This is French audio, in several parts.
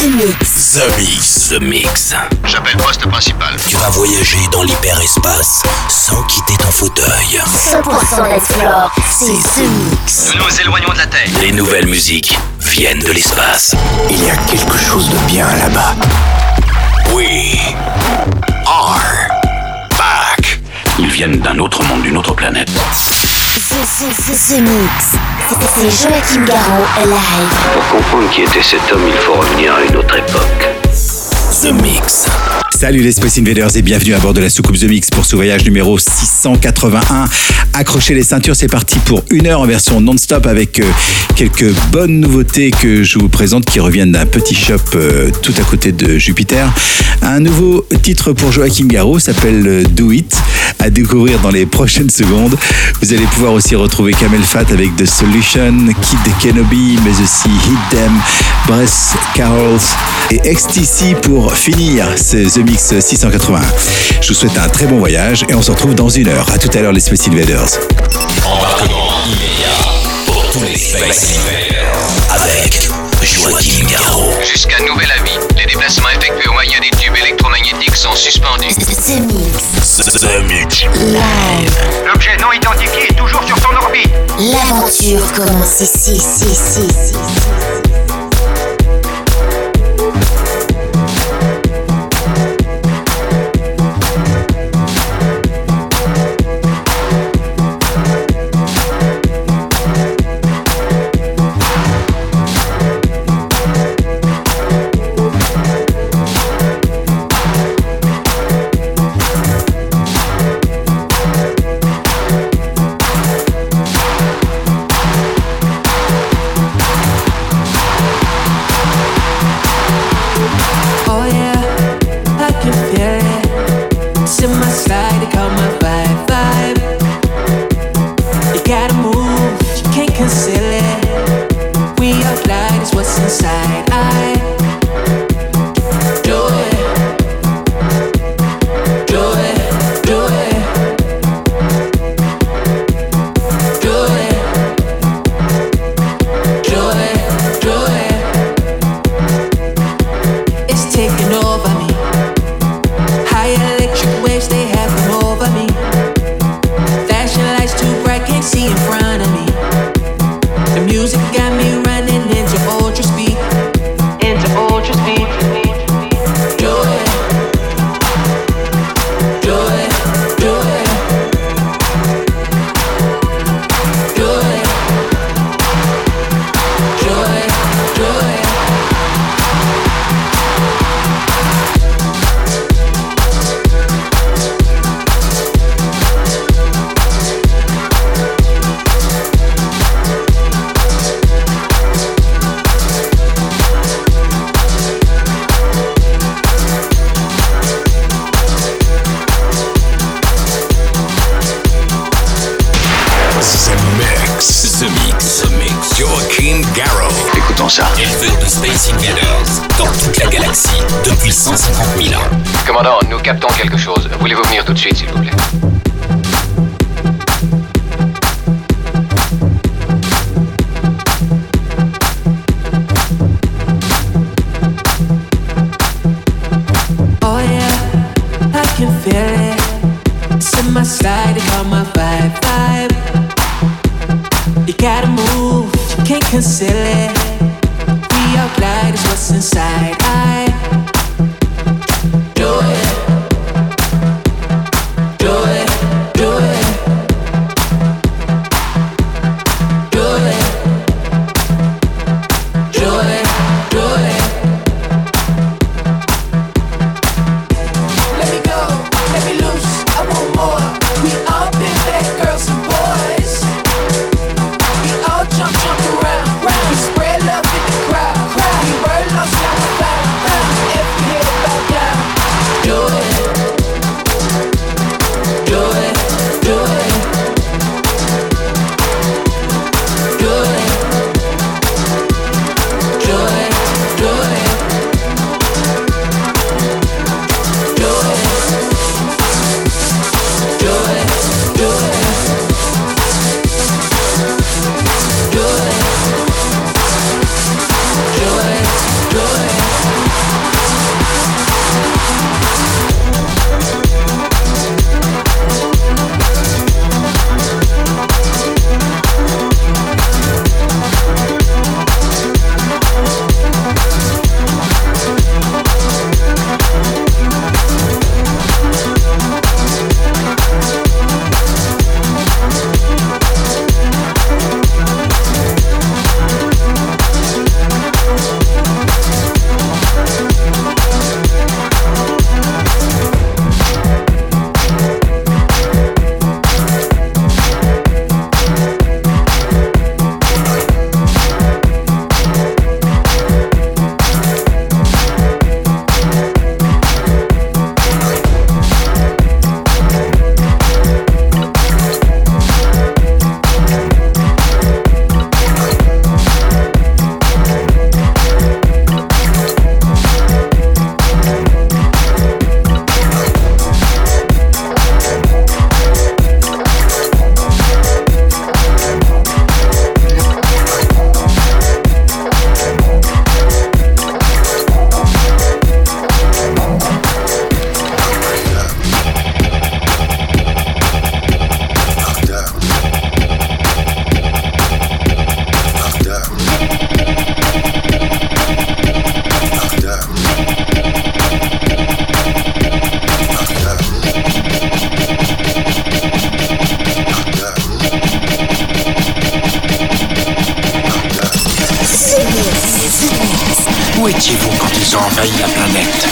Mix. The Mix. The Mix. J'appelle poste principal. Tu vas voyager dans l'hyperespace sans quitter ton fauteuil. 100% d'explore, c'est The Mix. Nous nous éloignons de la Terre. Les nouvelles musiques viennent de l'espace. Il y a quelque chose de bien là-bas. We are back. Ils viennent d'un autre monde, d'une autre planète. The Mix. C'est Joachim Garraud live. Pour comprendre qui était cet homme, il faut revenir à une autre époque. The Mix. Salut les Space Invaders et bienvenue à bord de la soucoupe The Mix pour ce voyage numéro 681. Accrochez les ceintures, c'est parti pour 1 heure en version non-stop avec quelques bonnes nouveautés que je vous présente qui reviennent d'un petit shop tout à côté de Jupiter. Un nouveau titre pour Joachim Garraud s'appelle Do It, à découvrir dans les prochaines secondes. Vous allez pouvoir aussi retrouver Kamel Fat avec The Solution, Kid Kenobi, mais aussi Hit Them, Bress Carols et XTC pour finir ce The Mix 681. Je vous souhaite un très bon voyage et on se retrouve dans 1 heure. À tout à l'heure les Space Invaders. Embarquement immédiat pour tous les Space Invaders avec Joachim Garraud. Jusqu'à nouvel avis, les déplacements effectués au moyen des tubes électromagnétiques sont suspendus. The Mix. The Mix. Live. L'objet non identifié est toujours sur son orbite. L'aventure commence ici. Éleveur de Space Invaders dans toute la galaxie depuis 150 000 ans. Commandant, nous captons quelque chose. Voulez-vous venir tout de suite, s'il vous plaît? Oh yeah, I can feel it. It's in my slide, it got my vibe. You gotta move, you can't conceal it. We all glide is what's inside. I do it. Do it, do it. Do it. Do it, do it. Let me go, let me loose, I want more. We all been bad girls and boys. We all jump around. We spread love in the crowd. We were lost, now we're found. faisiez-vous quand ils ont envahi la planète?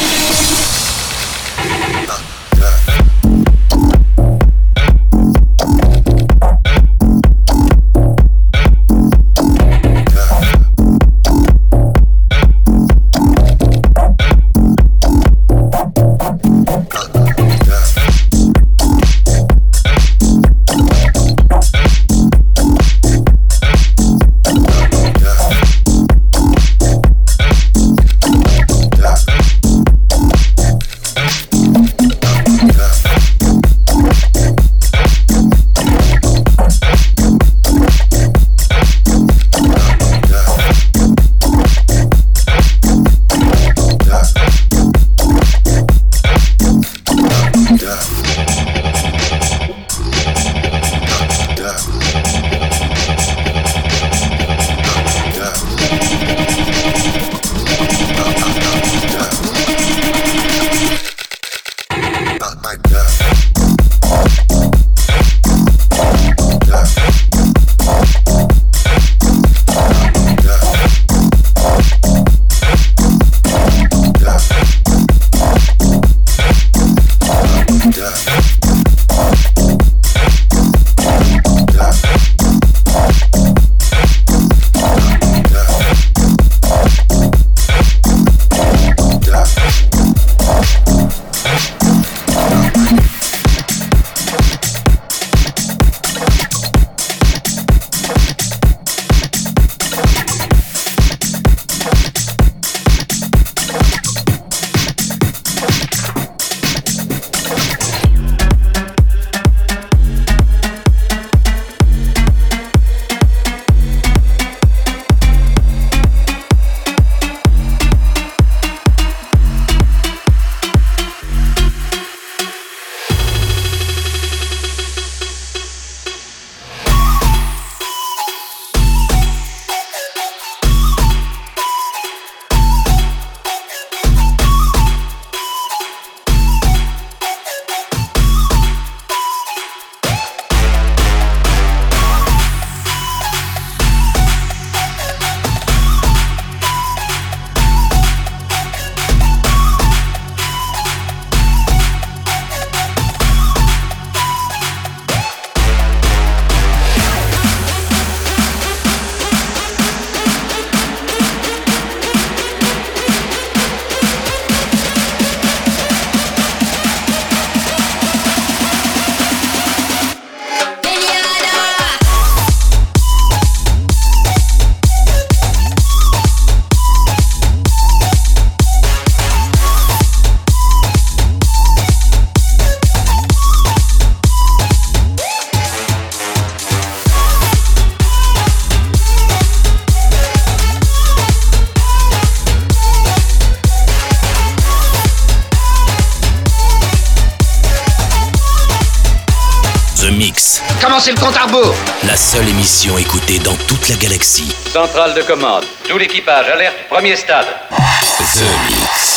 Commencez le compte à rebours. La seule émission écoutée dans toute la galaxie. Centrale de commande. Tout l'équipage, alerte, premier stade. The Mix.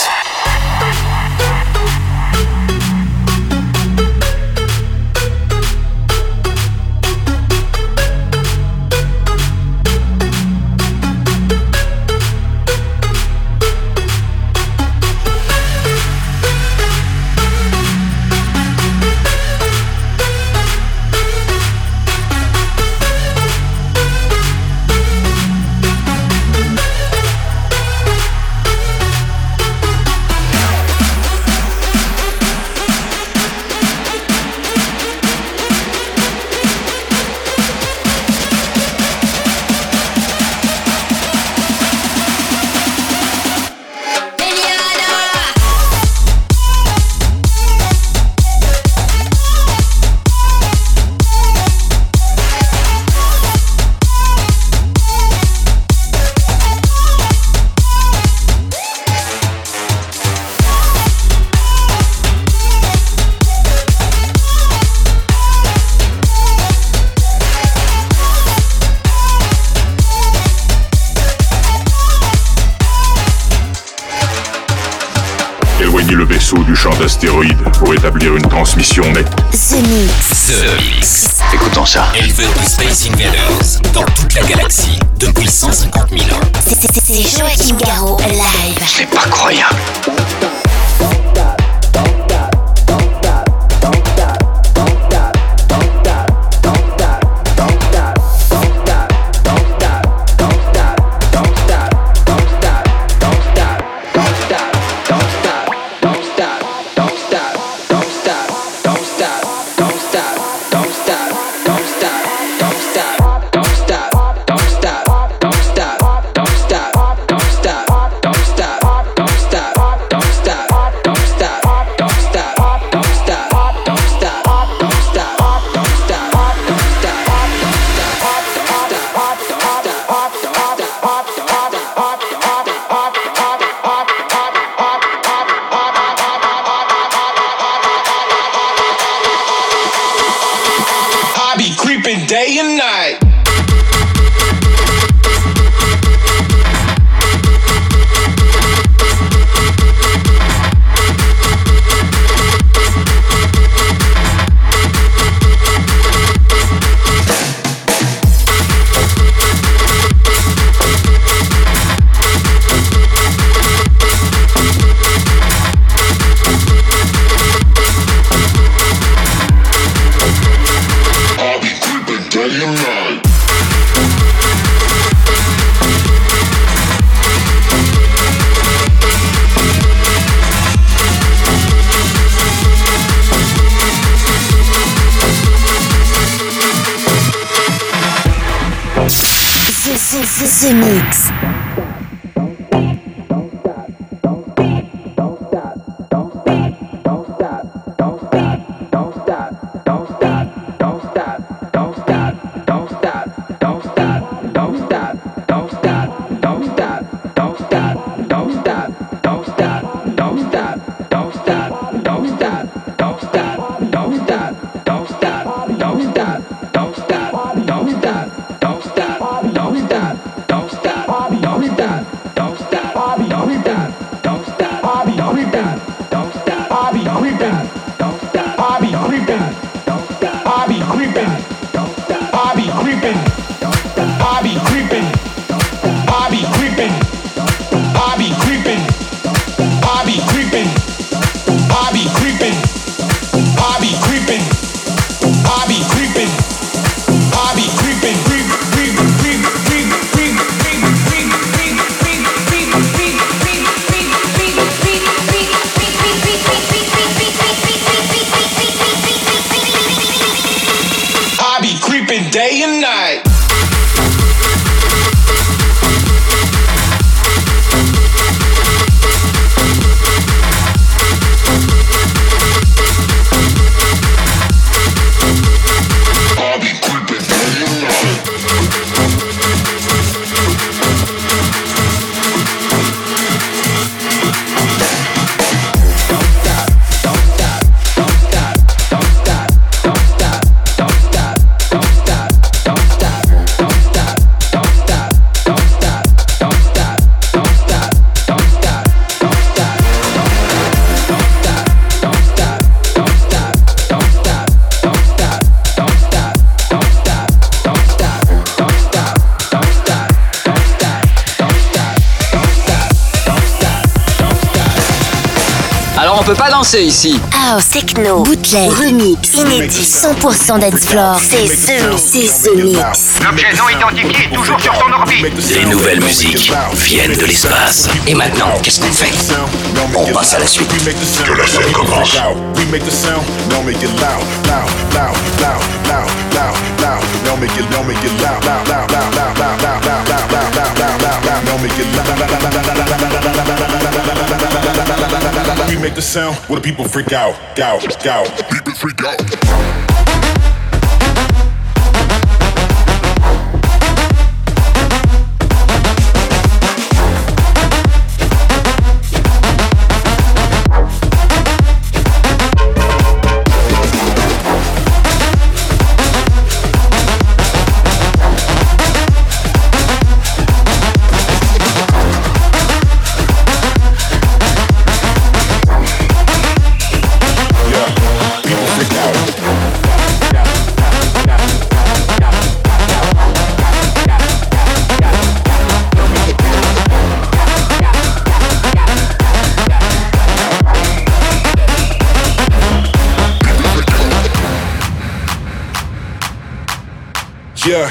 Le vaisseau du champ d'astéroïdes pour établir une transmission nette. The Mix. The Mix. Écoutons ça. Éleveur de Space Invaders dans toute la galaxie depuis 150 000 ans. C'est Joachim Garraud live. incroyable. Day and night. The Mix. Day and night. I'll be creeping day and night. Alors on peut pas danser ici. House, techno, bootleg, remix, inédit, 100% dance floor. C'est ce mix. L'objet non identifié est toujours sur son orbite. Les nouvelles musiques viennent de l'espace. Et maintenant, qu'est-ce qu'on fait? On passe à la suite. Que la fête commence. We make the sound where the people freak out, people freak out. Yeah.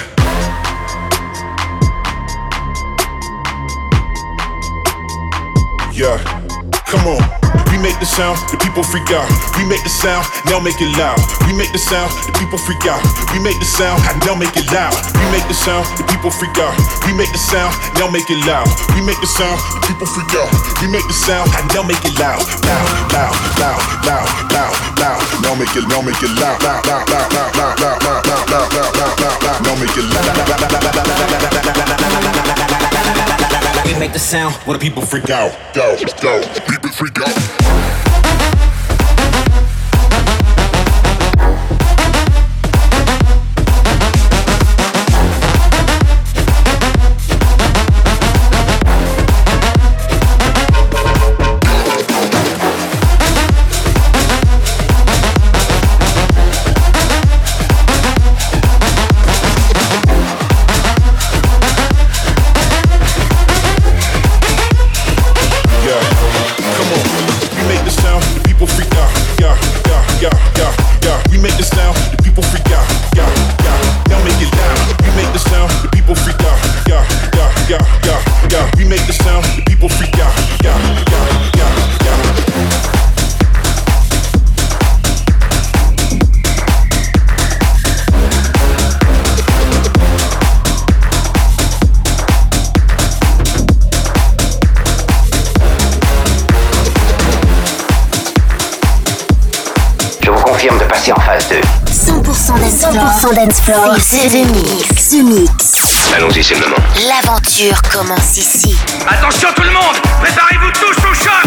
Yeah. Come on. We make the sound, the people freak out. We make the sound, now make it loud. We make the sound, the people freak out. We make the sound, now make it loud. We make the sound, the people freak out. We make the sound, now make it loud. We make the sound, the people freak out. We make the sound, now make it loud. Loud, loud, loud, loud, loud, loud. Now make it loud, loud, loud, loud, loud, loud, loud, loud, loud, loud, loud, loud, loud. Now make it loud. We make the sound, where the people freak out. Go, go, people freak out. En phase 2. 100% dance floor. C'est The Mix. The Mix. Allons-y, c'est le moment. L'aventure commence ici. Attention tout le monde, préparez-vous tous au choc.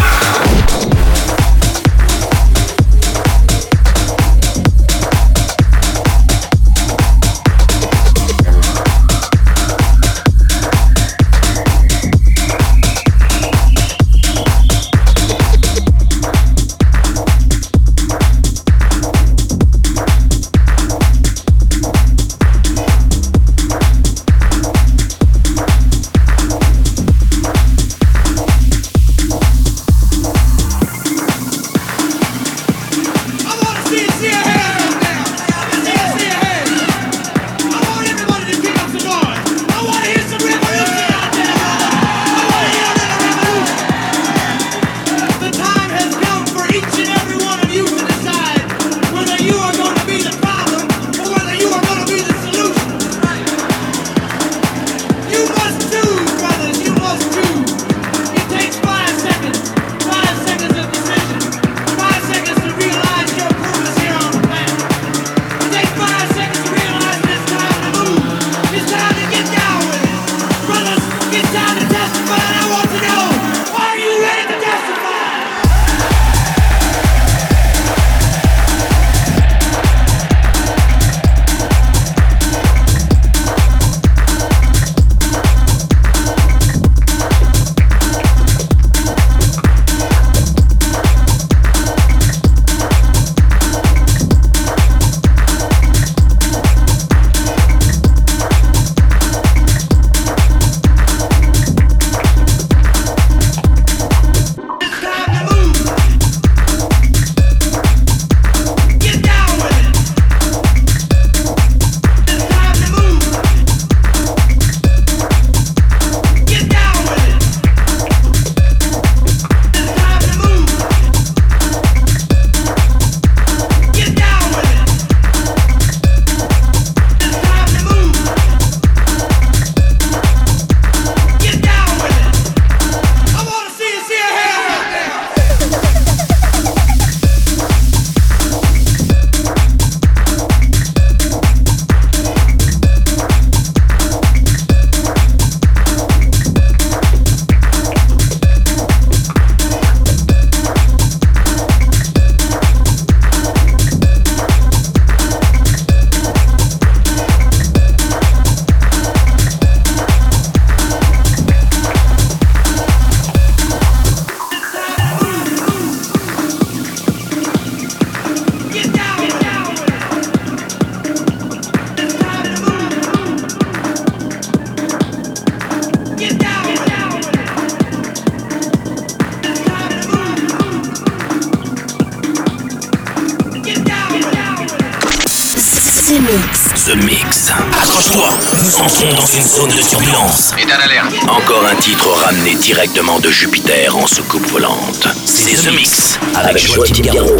The Mix. Accroche-toi, nous entrons dans une zone de turbulence. État d'alerte. Encore un titre ramené directement de Jupiter en soucoupe volante. C'est The Mix avec Joachim Garraud.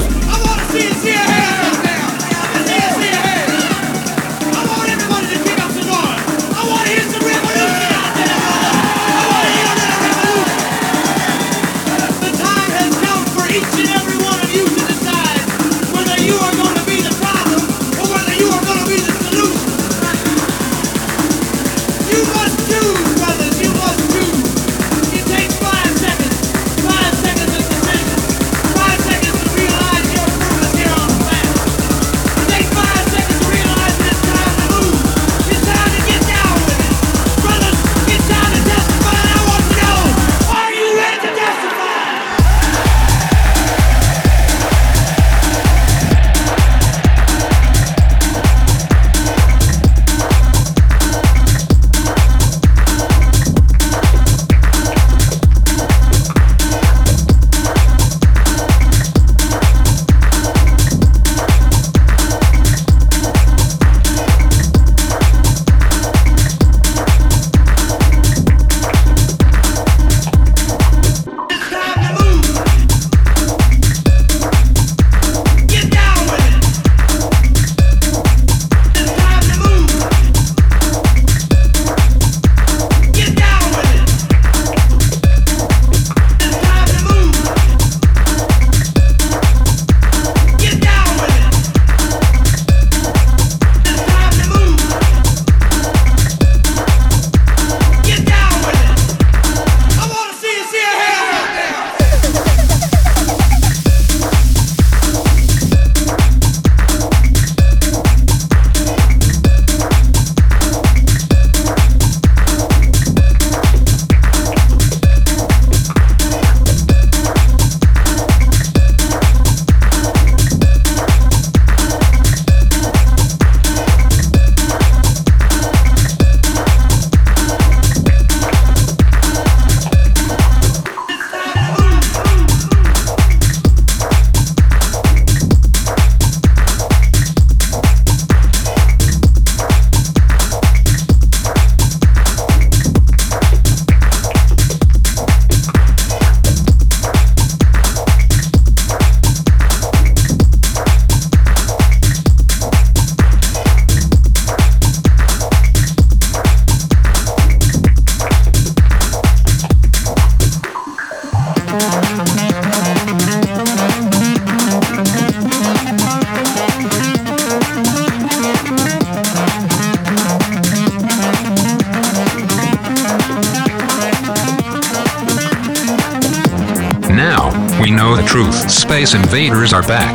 Space Invaders are back.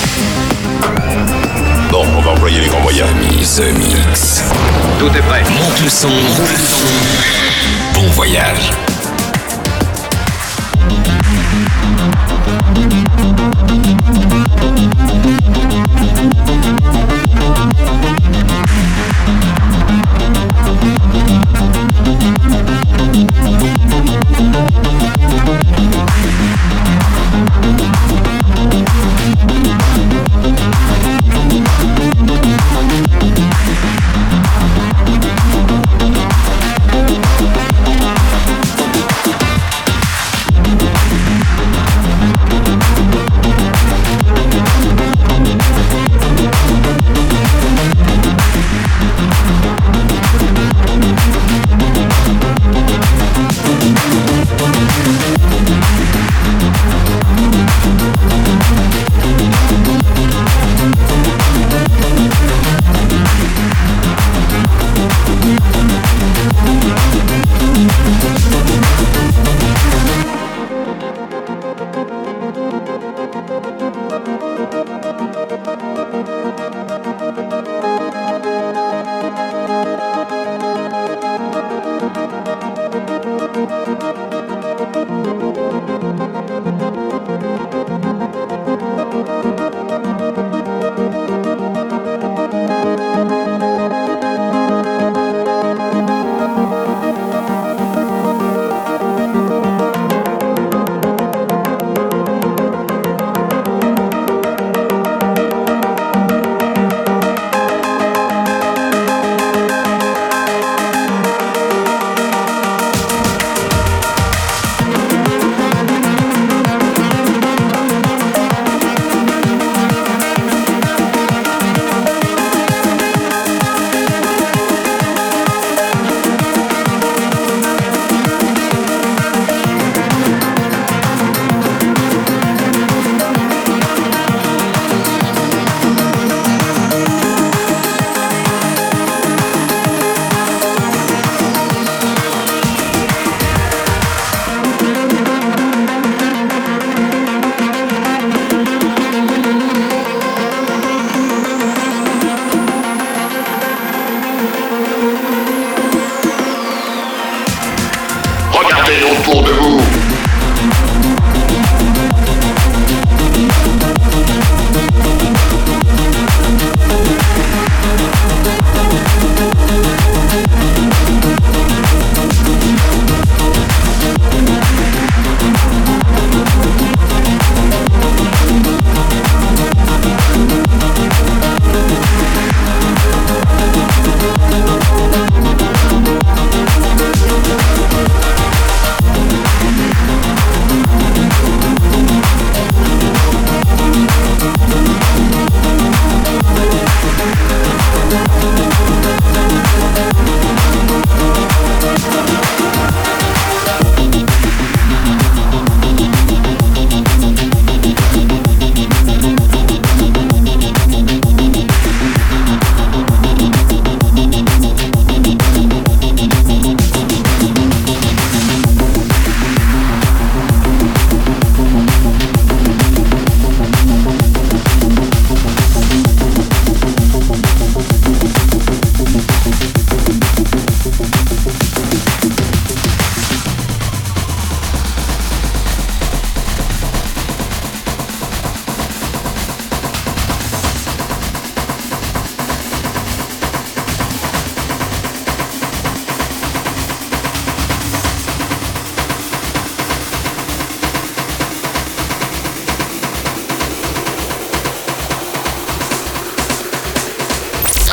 Bon, on va employer les grands moyens. The Mix. Tout est prêt. Monte le son. Bon voyage.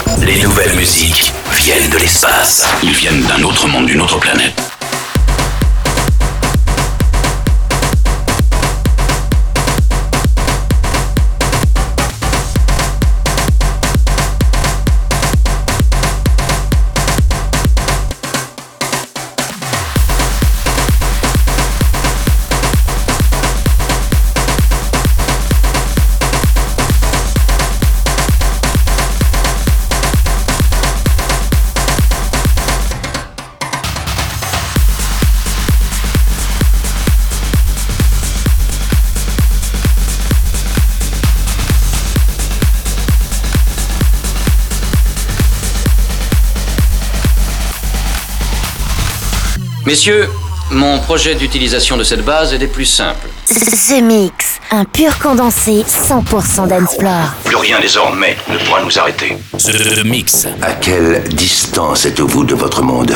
Les nouvelles musiques viennent de l'espace. Ils viennent d'un autre monde, d'une autre planète. Messieurs, mon projet d'utilisation de cette base est des plus simples. The Mix, un pur condensé 100% dancefloor. Plus rien désormais ne pourra nous arrêter. The Mix. À quelle distance êtes-vous de votre monde?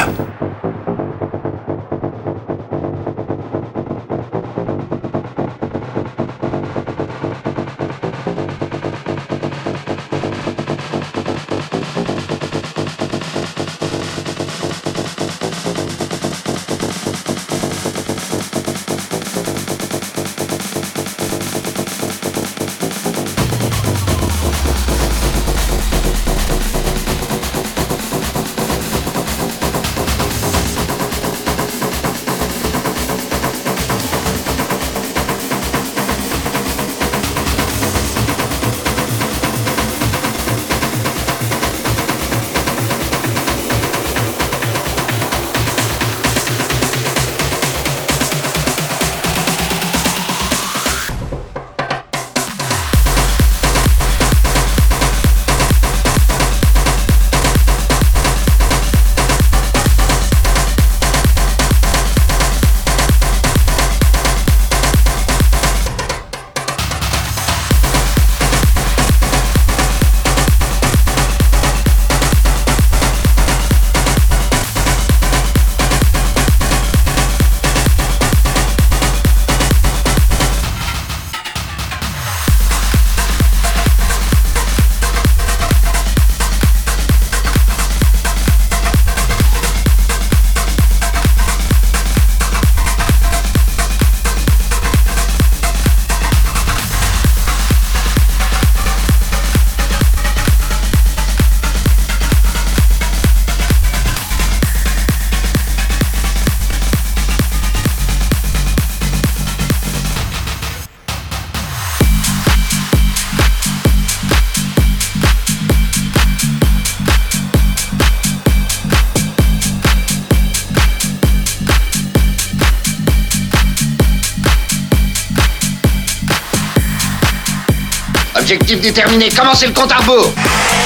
Objectif déterminé, commencez le compte à rebours.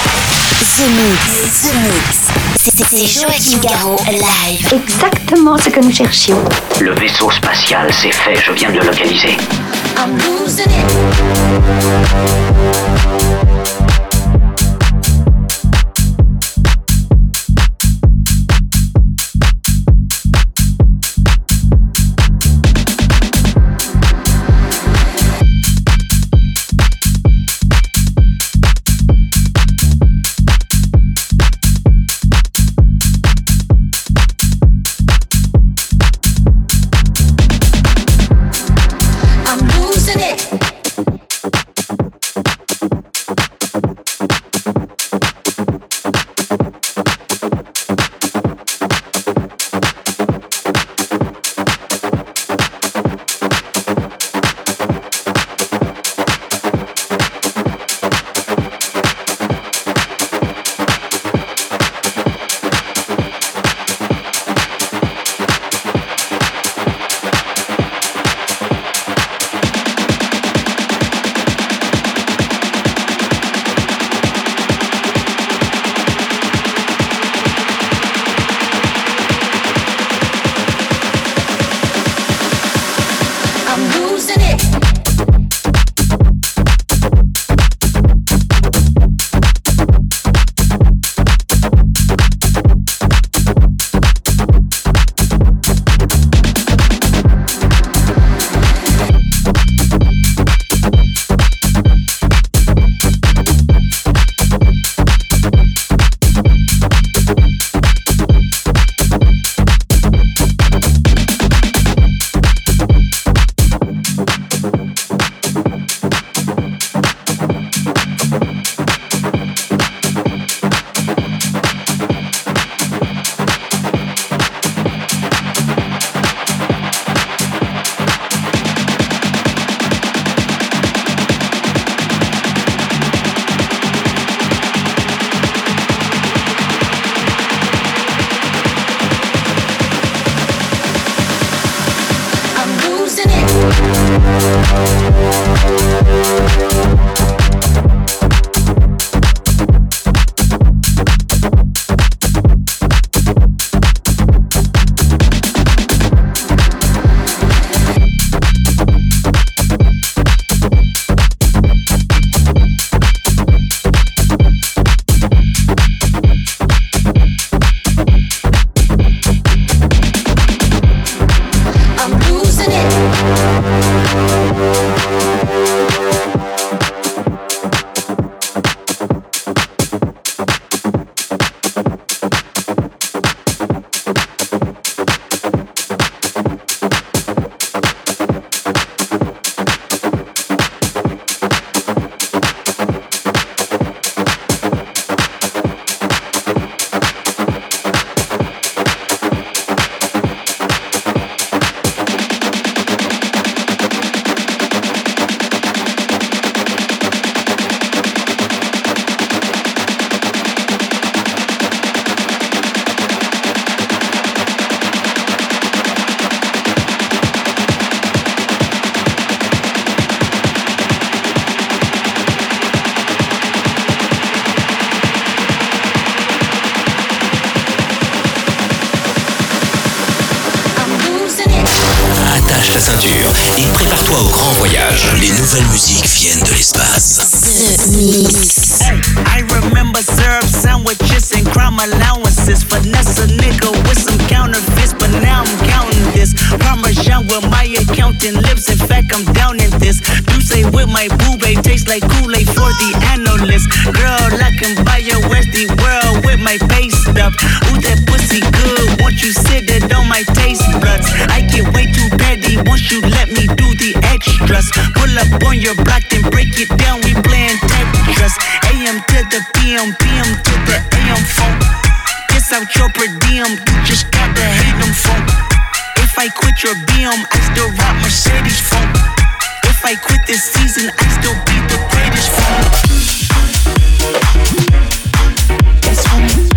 The Mix. C'est Joachim Garraud live. Exactement ce que nous cherchions. Le vaisseau spatial, c'est fait, je viens de le localiser. I'm losing it. I'm losing it. grand voyage. Les nouvelles musiques viennent de l'espace. The Mix. I remember syrup sandwiches and crime allowances. Finesse a nigga with some counterfeits, but now I'm counting this. Parmesan where my accountant lives. In fact, I'm down in this. You say with my boobay tastes like Kool-Aid for the analyst. Girl, I can buy your Westie world with my pay stub. Ooh, that pussy good. Won't you sit it on my taste buds? I get way too petty once you let me do the extras. Pull up on your block and break it down. We playing Tetris. AM to the PM, PM to the AM phone. Kiss out your per diem, you just gotta hate them phone. If I quit your BM, I still rock Mercedes phone. If I quit this season, I still be the greatest phone. That's right.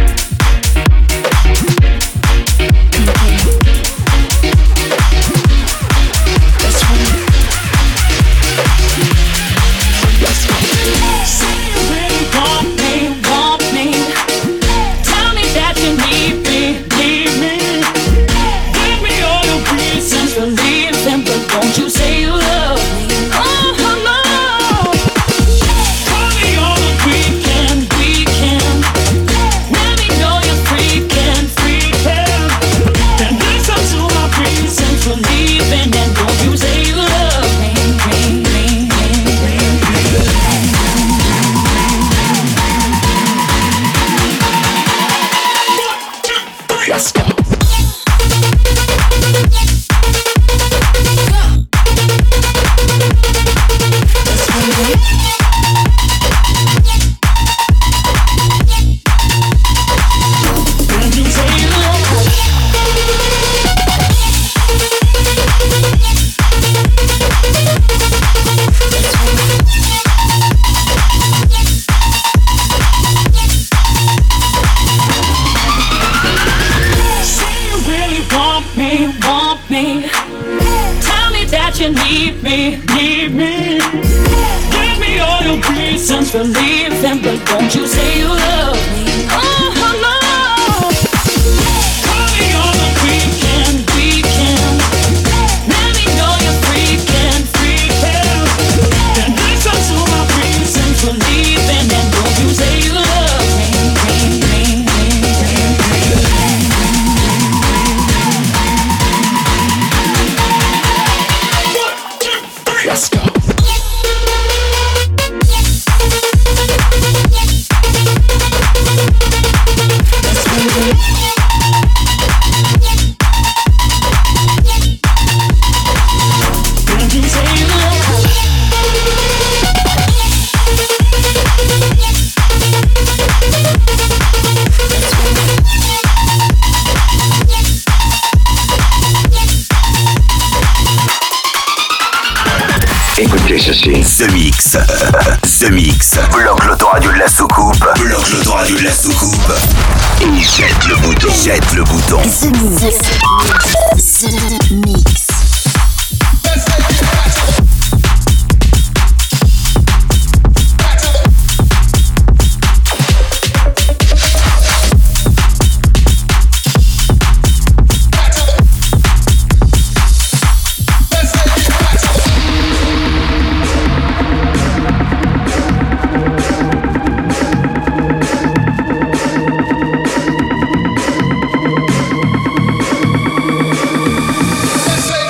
The Mix. The Mix. Bloque l'autoradio de la soucoupe. Bloque l'autoradio de la soucoupe. Et jette le bouton. Jette le bouton. The Mix. The Mix. Say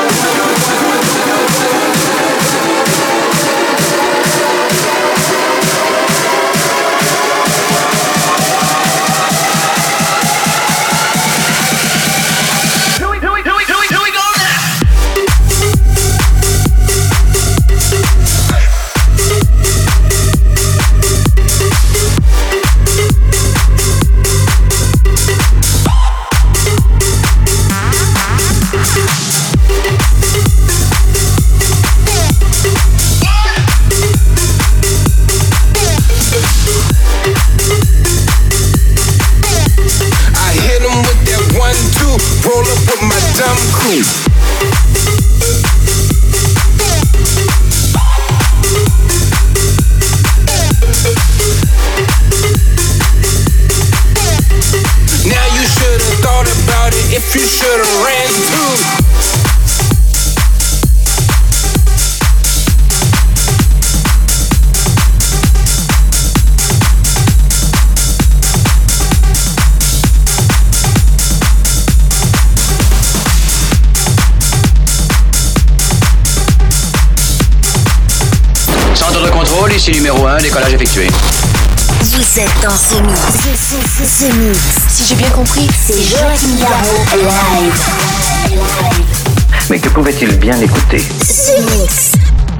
Ici numéro 1, décollage effectué. Vous êtes dans ce mix. Ce mix. Si j'ai bien compris, c'est Joachim Garraud live. Mais que pouvait-il bien écouter? Ce mix.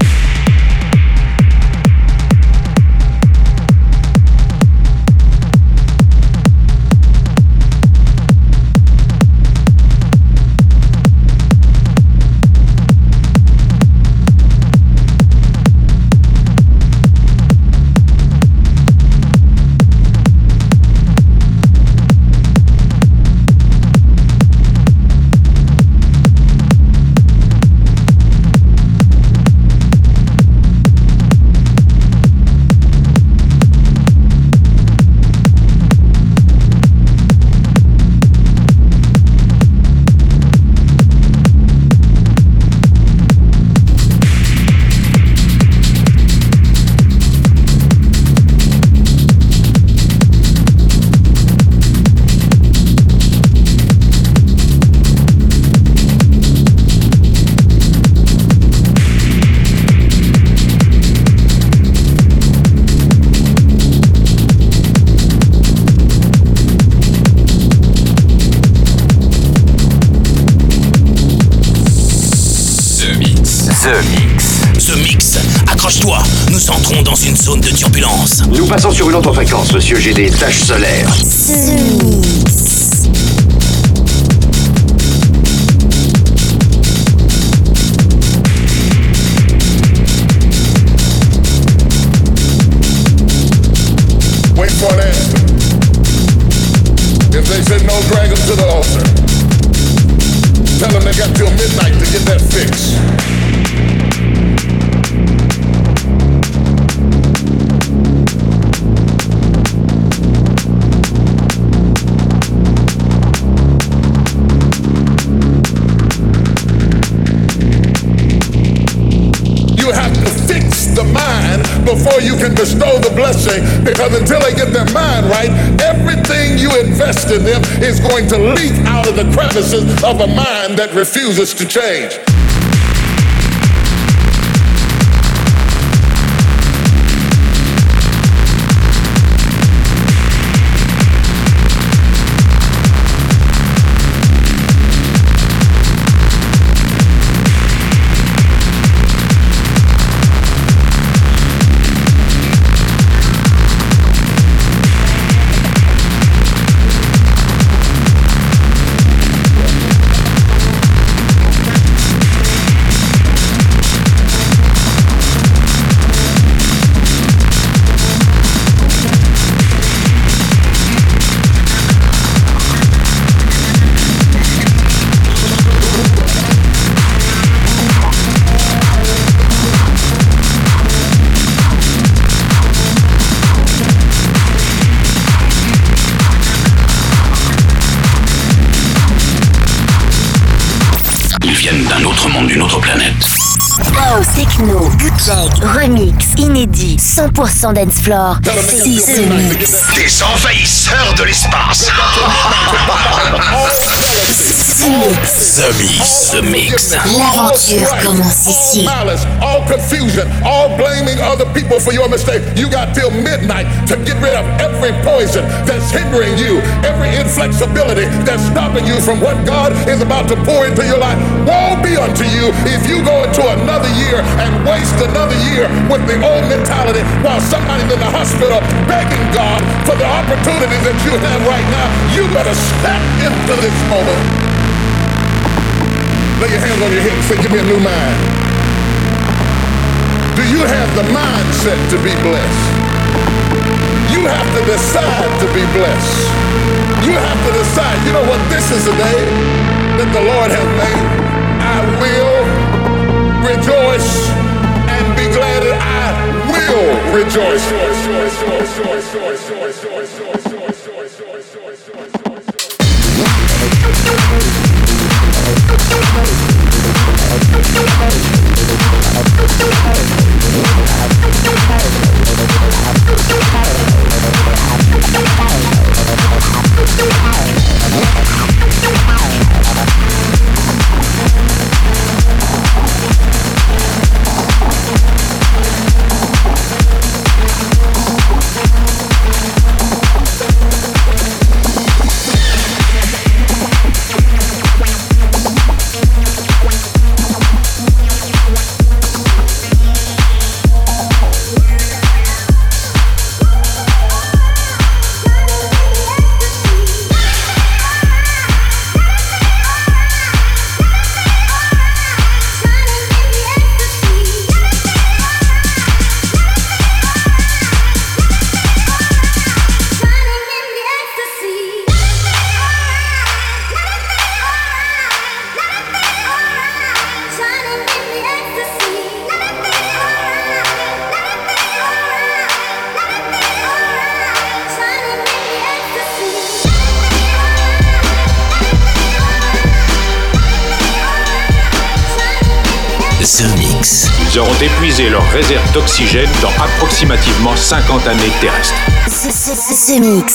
The Mix, accroche-toi, nous entrons dans une zone de turbulence. Nous passons sur une autre fréquence, monsieur, j'ai des taches solaires. The Mix. for an answer. If they say no, drag them to the altar. Tell them they got till midnight to get that fix. Before you can bestow the blessing, because until they get their mind right, everything you invest in them is going to leak out of the crevices of a mind that refuses to change. D'une autre planète. House, techno, bootleg, remix, inédit, 100% dance floor. C'est The Mix. Des envahisseurs de l'espace. The Mix. L'aventure commence ici. All confusion, all blaming other people for your mistake. You got till midnight to get rid of every poison that's hindering you, every inflexibility that's stopping you from what God is about to pour into your life. Woe be unto you if you go into another year and waste another year with the old mentality while somebody's in the hospital begging God for the opportunity that you have right now. You better step into this moment. Lay your hands on your hips and say, give me a new mind. Do you have the mindset to be blessed? You have to decide to be blessed. You have to decide, you know what, this is the day that the Lord has made. I will rejoice and be glad that I will rejoice. Ils auront épuisé leur réserve d'oxygène dans approximativement 50 années terrestres. The Mix.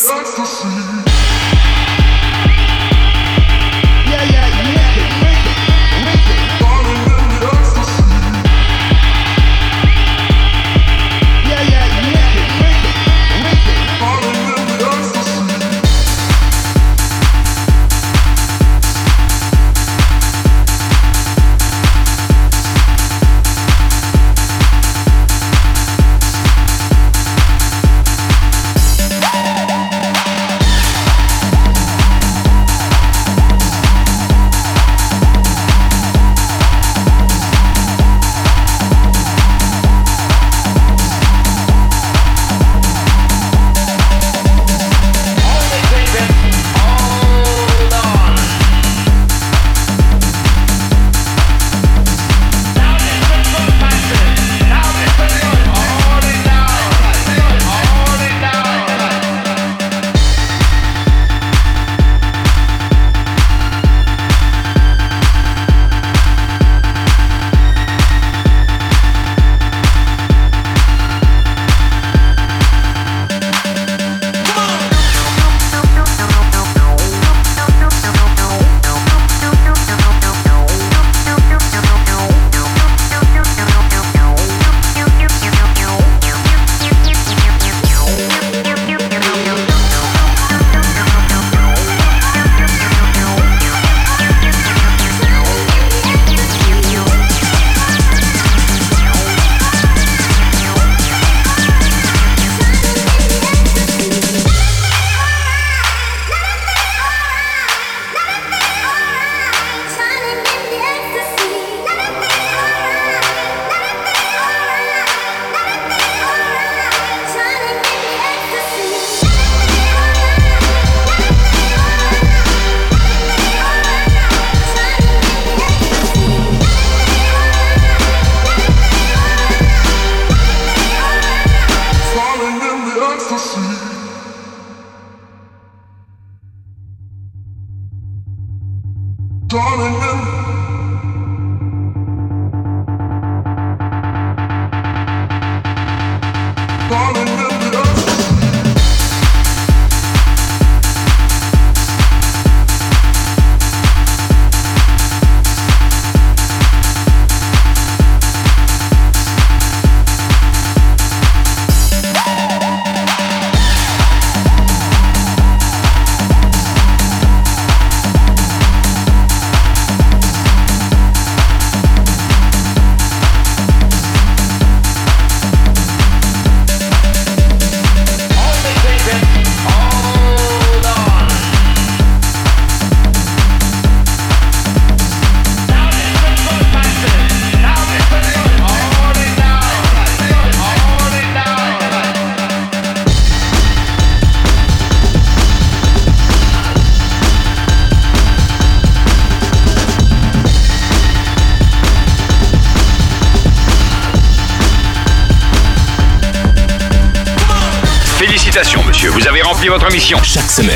Félicitations, monsieur, vous avez rempli votre mission. Chaque semaine,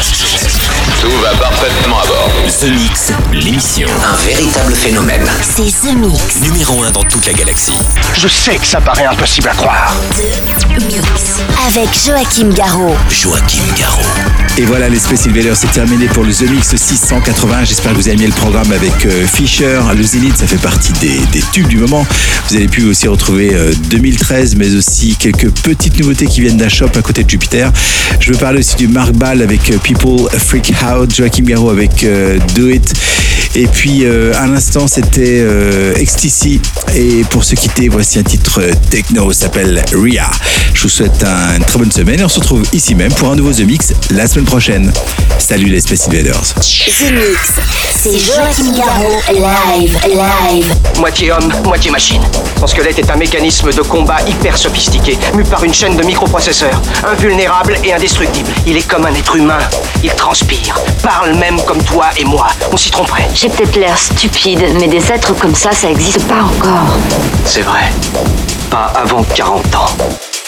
tout va parfaitement à bord. The Mix, l'émission. Un véritable phénomène. C'est The Mix. Numéro 1 dans toute la galaxie. Je sais que ça paraît impossible à croire. The Mix. Avec Joachim Garraud. Joachim Garraud. Et voilà, les Space Invaders, c'est terminé pour le The Mix 680. J'espère que vous avez aimé le programme avec Fisher. Le Zénith, ça fait partie des tubes du moment. Vous avez pu aussi retrouver 2013, mais aussi quelques petites nouveautés qui viennent d'un shop à côté de Jupiter. Je veux parler aussi du Mark Ball avec People Freak Out, Joachim Garraud avec Do It. Et puis, à l'instant, c'était XTC. Et pour se quitter, voici un titre techno, s'appelle Ria. Je vous souhaite une très bonne semaine et on se retrouve ici même pour un nouveau The Mix la semaine prochaine. Salut les Space Invaders. The Mix, c'est Joachim Garraud, live. Moitié homme, moitié machine. Son squelette est un mécanisme de combat hyper sophistiqué, mu par une chaîne de microprocesseurs, invulnérable et indestructible. Il est comme un être humain. Il transpire, parle même comme toi et moi. On s'y tromperait. J'ai peut-être l'air stupide, mais des êtres comme ça existe pas encore. C'est vrai. Pas avant 40 ans.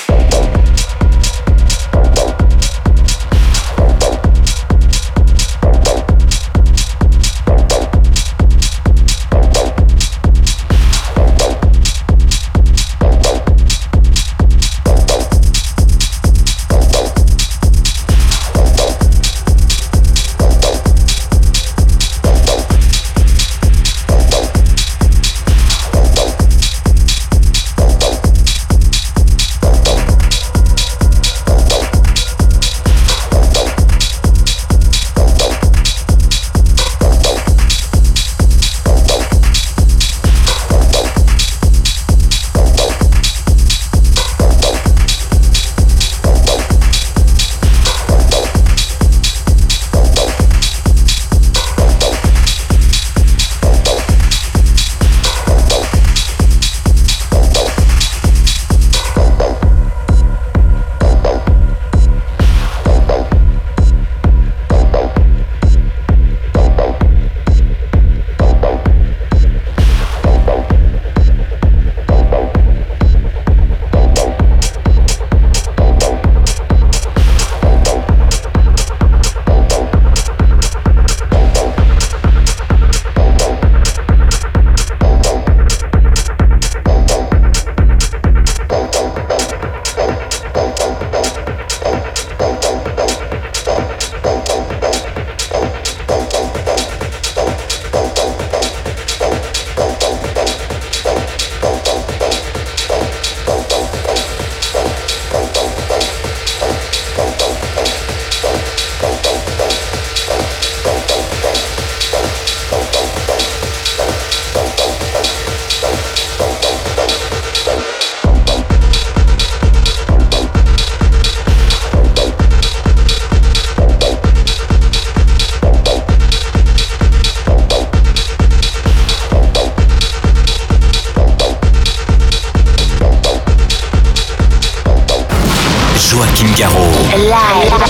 Joachim Garraud. Live.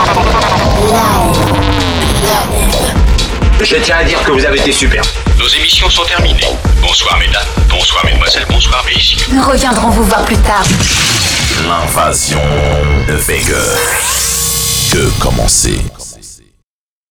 Je tiens à dire que vous avez été super. Nos émissions sont terminées. Bonsoir mesdames, bonsoir mesdemoiselles, bonsoir messieurs. Nous reviendrons vous voir plus tard. L'invasion de Vega. Que commencer.